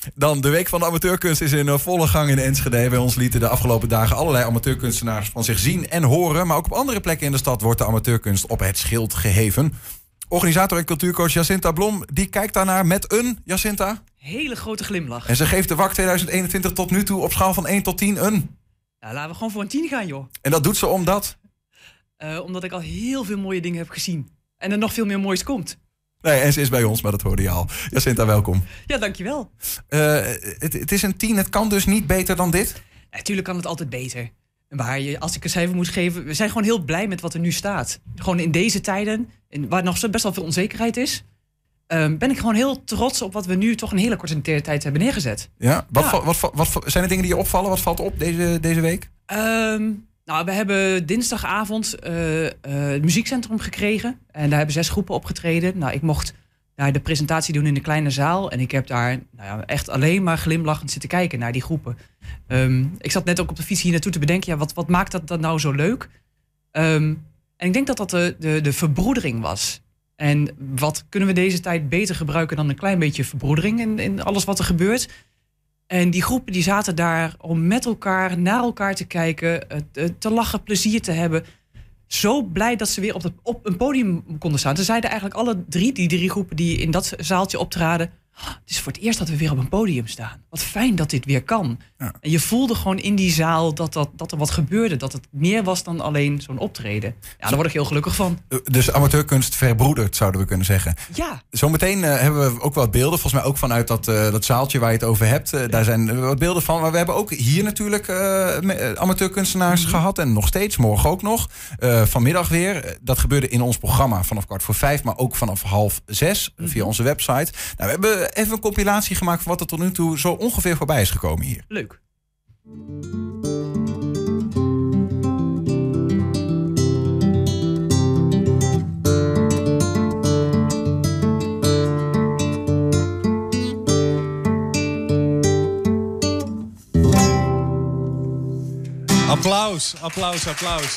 Dan de Week van de Amateurkunst is in volle gang in Enschede. Bij ons lieten de afgelopen dagen allerlei amateurkunstenaars van zich zien en horen. Maar ook op andere plekken in de stad wordt de amateurkunst op het schild geheven. Organisator en cultuurcoach Jacinta Blom, die kijkt daarnaar met een, Jacinta? Hele grote glimlach. En ze geeft de WAC 2021 tot nu toe op schaal van 1 tot 10 een... Ja, laten we gewoon voor een 10 gaan, joh. En dat doet ze omdat? Omdat ik al heel veel mooie dingen heb gezien. En er nog veel meer moois komt. Nee, en ze is bij ons, maar dat hoorde je al. Jacinta, welkom. Ja, dankjewel. Het is een 10, het kan dus niet beter dan dit? Natuurlijk kan het altijd beter. Maar als ik een cijfer moet geven, we zijn gewoon heel blij met wat er nu staat. Gewoon in deze tijden, waar nog best wel veel onzekerheid is, ben ik gewoon heel trots op wat we nu toch een hele korte tijd hebben neergezet. Ja? Wat zijn er dingen die je opvallen? Wat valt op deze week? Nou, we hebben dinsdagavond het muziekcentrum gekregen. En daar hebben 6 groepen opgetreden. Nou, ik mocht daar de presentatie doen in de kleine zaal. En ik heb daar echt alleen maar glimlachend zitten kijken naar die groepen. Ik zat net ook op de fiets hier naartoe te bedenken, wat maakt dat dan nou zo leuk? En ik denk dat de verbroedering was. En wat kunnen we deze tijd beter gebruiken dan een klein beetje verbroedering in alles wat er gebeurt? En die groepen die zaten daar om met elkaar naar elkaar te kijken, te lachen, plezier te hebben. Zo blij dat ze weer op een podium konden staan. Ze zeiden eigenlijk alle die 3 groepen die in dat zaaltje optraden, het is voor het eerst dat we weer op een podium staan. Wat fijn dat dit weer kan. Ja. En je voelde gewoon in die zaal dat er wat gebeurde. Dat het meer was dan alleen zo'n optreden. Ja, daar word ik heel gelukkig van. Dus amateurkunst verbroederd, zouden we kunnen zeggen. Ja. Zometeen hebben we ook wat beelden. Volgens mij ook vanuit dat zaaltje waar je het over hebt. Daar zijn wat beelden van. Maar we hebben ook hier natuurlijk amateurkunstenaars gehad. En nog steeds, morgen ook nog. Vanmiddag weer. Dat gebeurde in ons programma vanaf 4:45. Maar ook vanaf 5:30 via onze website. Nou, we hebben even een compilatie gemaakt van wat er tot nu toe zo ongeveer voorbij is gekomen hier. Leuk. Applaus, applaus, applaus.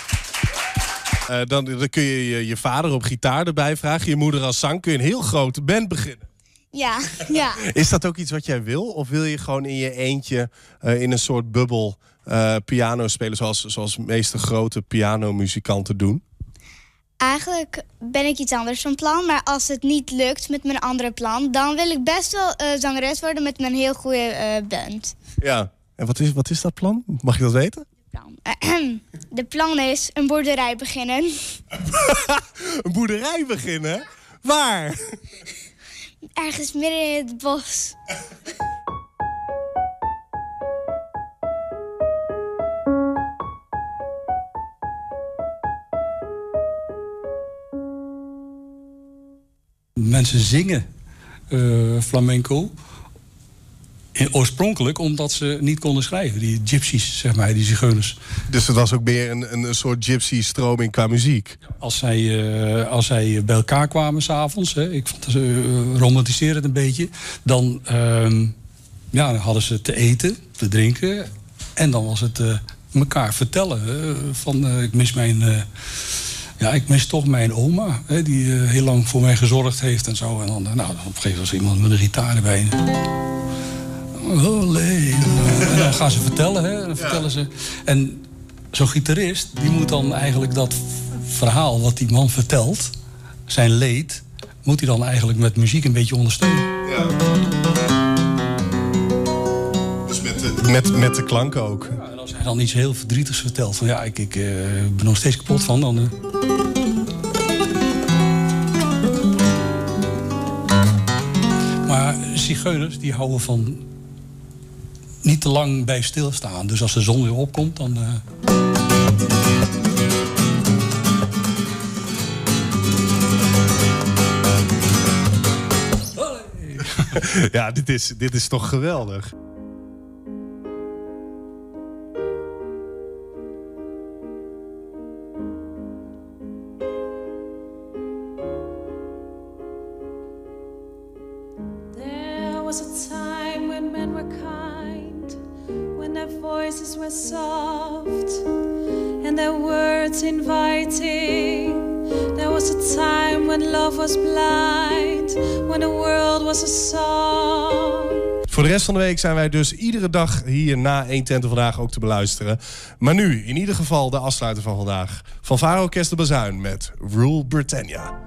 Dan kun je je vader op gitaar erbij vragen. Je moeder als zang. Kun je een heel grote band beginnen. Ja. Is dat ook iets wat jij wil? Of wil je gewoon in je eentje in een soort bubbel piano spelen... zoals de meeste grote pianomuzikanten doen? Eigenlijk ben ik iets anders van plan. Maar als het niet lukt met mijn andere plan... dan wil ik best wel zangeres worden met mijn heel goede band. Ja. En wat is dat plan? Mag je dat weten? De plan is een boerderij beginnen. Een boerderij beginnen? Waar? Ergens midden in het bos. Mensen zingen flamenco. Oorspronkelijk omdat ze niet konden schrijven. Die gypsies, zeg maar, die zigeuners. Dus het was ook meer een soort gypsy-stroming qua muziek? Als zij bij elkaar kwamen s'avonds, ik vond ze romantiserend een beetje... dan hadden ze te eten, te drinken... en dan was het elkaar vertellen van ik mis mijn... ik mis toch mijn oma, die heel lang voor mij gezorgd heeft en zo. En dan, op een gegeven moment was iemand met een gitaar erbij... En dan gaan ze vertellen, hè? En dan vertellen ze. En zo'n gitarist, die moet dan eigenlijk dat verhaal wat die man vertelt, zijn leed, moet hij dan eigenlijk met muziek een beetje ondersteunen. Ja. Dus met de klanken ook. Ja, en als hij dan iets heel verdrietigs vertelt, van ik ben nog steeds kapot van, dan... Maar zigeuners, die houden van niet te lang bij stilstaan. Dus als de zon weer opkomt, dan... Ja, dit is toch geweldig. There was a time when men were kind, when their voices were soft and their words inviting. There was a time when love was blind, when the world was a song. Voor de rest van de week zijn wij dus iedere dag hier na 120 vandaag ook te beluisteren. Maar nu in ieder geval de afsluiter van vandaag. Fanfare-orkest De Bazuin met Rule Britannia.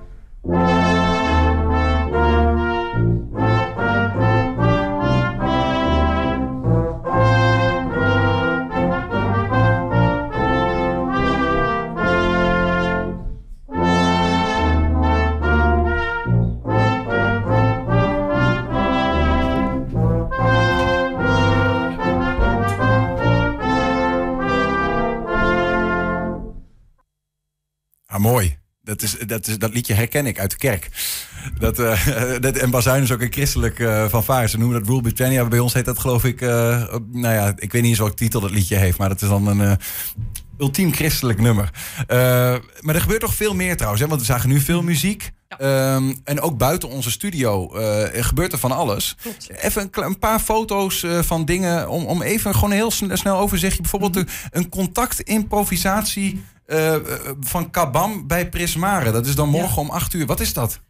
Mooi. Dat liedje herken ik uit de kerk. En Bazuin is ook een christelijk fanfare. Ze noemen dat Rule Britannia. Bij ons heet dat geloof ik... ik weet niet eens welke titel dat liedje heeft. Maar dat is dan een ultiem christelijk nummer. Maar er gebeurt toch veel meer trouwens. Hè? Want we zagen nu veel muziek. Ja. En ook buiten onze studio gebeurt er van alles. Klopt. Even een paar foto's van dingen. Om even gewoon een heel snel overzichtje. Bijvoorbeeld een contactimprovisatie... van Kabam bij Prismare. Dat is dan morgen om 8 uur. Wat is dat?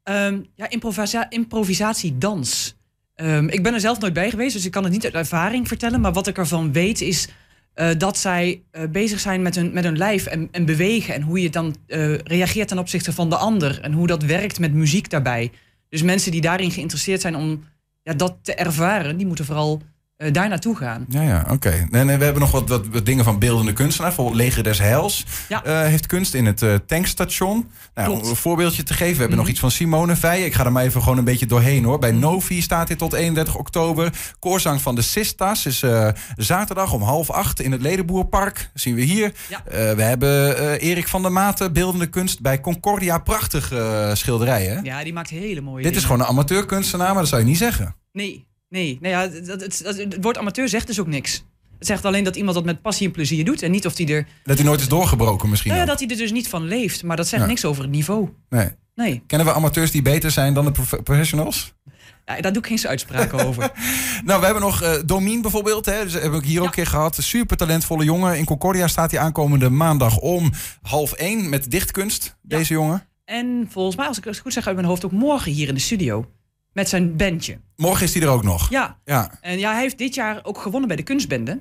Improvisatiedans. Ik ben er zelf nooit bij geweest, dus ik kan het niet uit ervaring vertellen. Maar wat ik ervan weet is dat zij bezig zijn met hun lijf en bewegen. En hoe je dan reageert ten opzichte van de ander. En hoe dat werkt met muziek daarbij. Dus mensen die daarin geïnteresseerd zijn om dat te ervaren, die moeten vooral... daar naartoe gaan. Ja, oké. En we hebben nog wat dingen van beeldende kunstenaar. Bijvoorbeeld Leger des Heils heeft kunst in het tankstation. Nou, om een voorbeeldje te geven. We hebben nog iets van Simone Veijen. Ik ga er maar even gewoon een beetje doorheen hoor. Bij Novi staat dit tot 31 oktober. Koorzang van de Sistas is zaterdag om 7:30 in het Ledenboerpark. Dat zien we hier. Ja. We hebben Erik van der Maten, beeldende kunst bij Concordia. Prachtig schilderij, hè? Ja, die maakt hele mooie Dit is gewoon een amateurkunstenaar, maar dat zou je niet zeggen. Nee, het woord amateur zegt dus ook niks. Het zegt alleen dat iemand dat met passie en plezier doet. En niet of hij er... Dat hij nooit is doorgebroken misschien. Dat hij er dus niet van leeft. Maar dat zegt niks over het niveau. Nee. Kennen we amateurs die beter zijn dan de professionals? Ja, daar doe ik geen uitspraken over. Nou, we hebben nog Domien bijvoorbeeld. Hè. Dus hebben we hier ook een keer gehad. Super talentvolle jongen. In Concordia staat hij aankomende maandag om 12:30 met dichtkunst. Deze jongen. En volgens mij, als ik het goed zeg uit mijn hoofd, ook morgen hier in de studio. Met zijn bandje. Morgen is hij er ook nog. Ja. En hij heeft dit jaar ook gewonnen bij de kunstbende.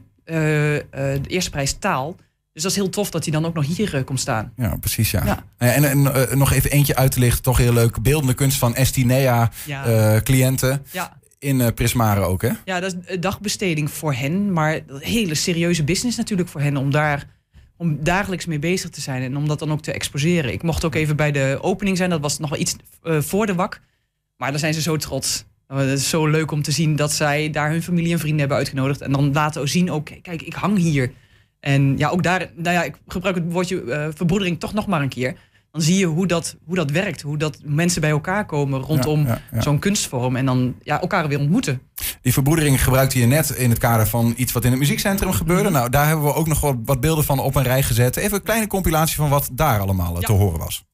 De eerste prijs taal. Dus dat is heel tof dat hij dan ook nog hier komt staan. Ja, precies, ja. En nog even eentje uit te lichten. Toch heel leuk. Beeldende kunst van Estinea cliënten. Ja. In Prismare ook, hè? Ja, dat is dagbesteding voor hen. Maar een hele serieuze business natuurlijk voor hen. Om dagelijks mee bezig te zijn. En om dat dan ook te exposeren. Ik mocht ook even bij de opening zijn. Dat was nog wel iets voor de WAC. Maar daar zijn ze zo trots. Het is zo leuk om te zien dat zij daar hun familie en vrienden hebben uitgenodigd. En dan laten zien ook, kijk, ik hang hier. En ja, ook daar, ik gebruik het woordje verbroedering toch nog maar een keer. Dan zie je hoe dat werkt. Hoe dat mensen bij elkaar komen rondom zo'n kunstvorm. En dan elkaar weer ontmoeten. Die verbroedering gebruikte je net in het kader van iets wat in het muziekcentrum gebeurde. Nou, daar hebben we ook nog wat beelden van op een rij gezet. Even een kleine compilatie van wat daar allemaal te horen was.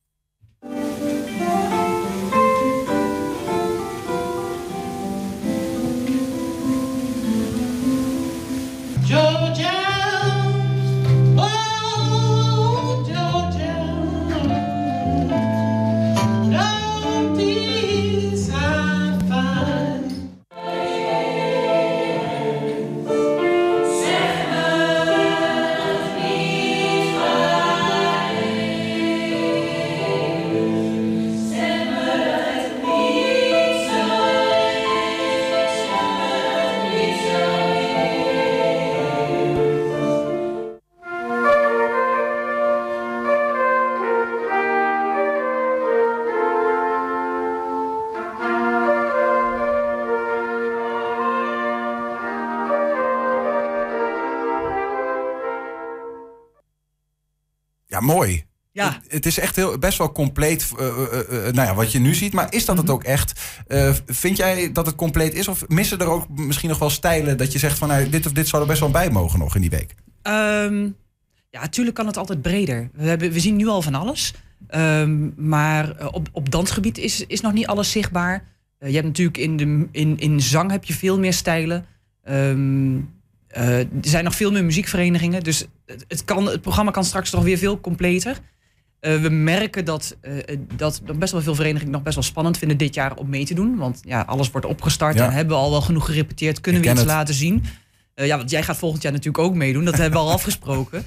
Georgia, oh Georgia, no peace I find. Ja, mooi. Ja. Het is echt best wel compleet wat je nu ziet. Maar is dat het ook echt? Vind jij dat het compleet is? Of missen er ook misschien nog wel stijlen dat je zegt van dit of dit zou er best wel bij mogen nog in die week? Ja, natuurlijk kan het altijd breder. We zien nu al van alles. Maar op dansgebied is nog niet alles zichtbaar. Je hebt natuurlijk in zang heb je veel meer stijlen. Er zijn nog veel meer muziekverenigingen. Dus het programma kan straks toch weer veel completer. We merken dat best wel veel verenigingen nog best wel spannend vinden dit jaar om mee te doen. Want ja, alles wordt opgestart en hebben we al wel genoeg gerepeteerd. Kunnen we iets laten zien? Want jij gaat volgend jaar natuurlijk ook meedoen. Dat hebben we al afgesproken.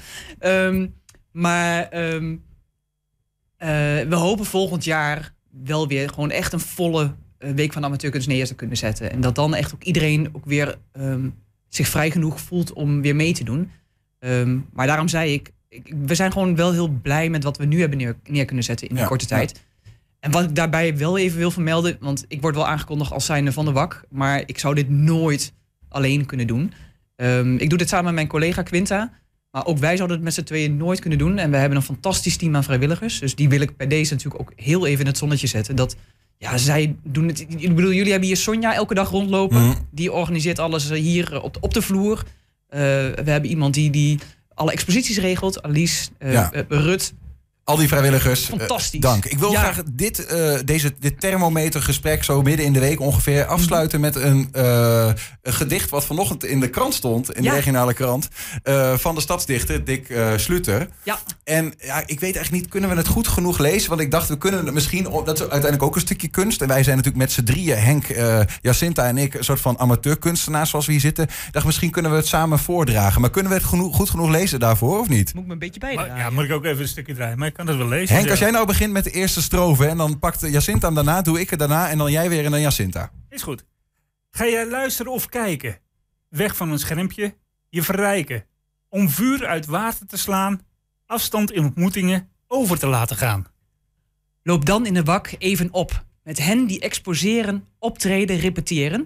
We hopen volgend jaar wel weer gewoon echt een volle week van amateurkunst neer te kunnen zetten. En dat dan echt ook iedereen ook weer zich vrij genoeg voelt om weer mee te doen. Maar daarom zei ik, we zijn gewoon wel heel blij met wat we nu hebben neer kunnen zetten in een korte tijd. En wat ik daarbij wel even wil vermelden, want ik word wel aangekondigd als zijnde van de WAC, maar ik zou dit nooit alleen kunnen doen. Ik doe dit samen met mijn collega Quinta, maar ook wij zouden het met z'n tweeën nooit kunnen doen. En we hebben een fantastisch team aan vrijwilligers, dus die wil ik bij deze natuurlijk ook heel even in het zonnetje zetten. Dat zij doen het. Ik bedoel, jullie hebben hier Sonja elke dag rondlopen. Die organiseert alles hier op de vloer. We hebben iemand die alle exposities regelt. Alice, Rut. Al die vrijwilligers, fantastisch. Dank. Ik wil graag dit thermometergesprek zo midden in de week ongeveer afsluiten met een gedicht wat vanochtend in de krant stond, in de regionale krant, van de stadsdichter Dick Sluter. Ja. En ik weet eigenlijk niet, kunnen we het goed genoeg lezen? Want ik dacht, we kunnen het misschien, dat is uiteindelijk ook een stukje kunst. En wij zijn natuurlijk met z'n drieën, Henk, Jacinta en ik, een soort van amateurkunstenaars zoals we hier zitten. Ik dacht, misschien kunnen we het samen voordragen. Maar kunnen we het goed genoeg lezen daarvoor, of niet? Moet ik me een beetje bijdragen? Moet ik ook even een stukje draaien? Maar ik kan het wel lezen. Henk, als jij nou begint met de eerste strofe en dan pakt Jacinta hem daarna, doe ik het daarna en dan jij weer en dan Jacinta. Is goed. Ga jij luisteren of kijken? Weg van een schermpje, je verrijken. Om vuur uit water te slaan, afstand in ontmoetingen over te laten gaan. Loop dan in de WAC even op. Met hen die exposeren, optreden, repeteren.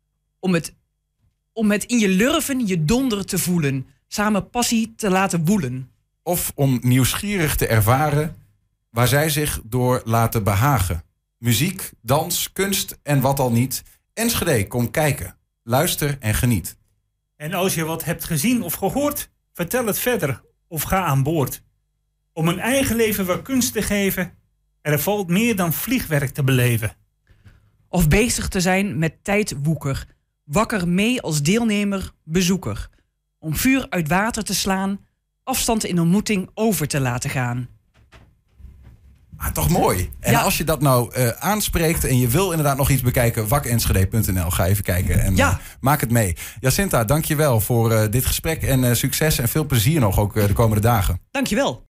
Om met in je lurven je donder te voelen. Samen passie te laten woelen. Of om nieuwsgierig te ervaren waar zij zich door laten behagen. Muziek, dans, kunst en wat al niet. Enschede, kom kijken. Luister en geniet. En als je wat hebt gezien of gehoord, vertel het verder of ga aan boord. Om een eigen leven wat kunst te geven, er valt meer dan vliegwerk te beleven. Of bezig te zijn met tijdwoeker. Wakker mee als deelnemer, bezoeker. Om vuur uit water te slaan, afstand in ontmoeting over te laten gaan. Toch mooi. En als je dat nou aanspreekt en je wil inderdaad nog iets bekijken, wakenschede.nl. Ga even kijken en maak het mee. Jacinta, dankjewel voor dit gesprek en succes en veel plezier nog ook de komende dagen. Dankjewel.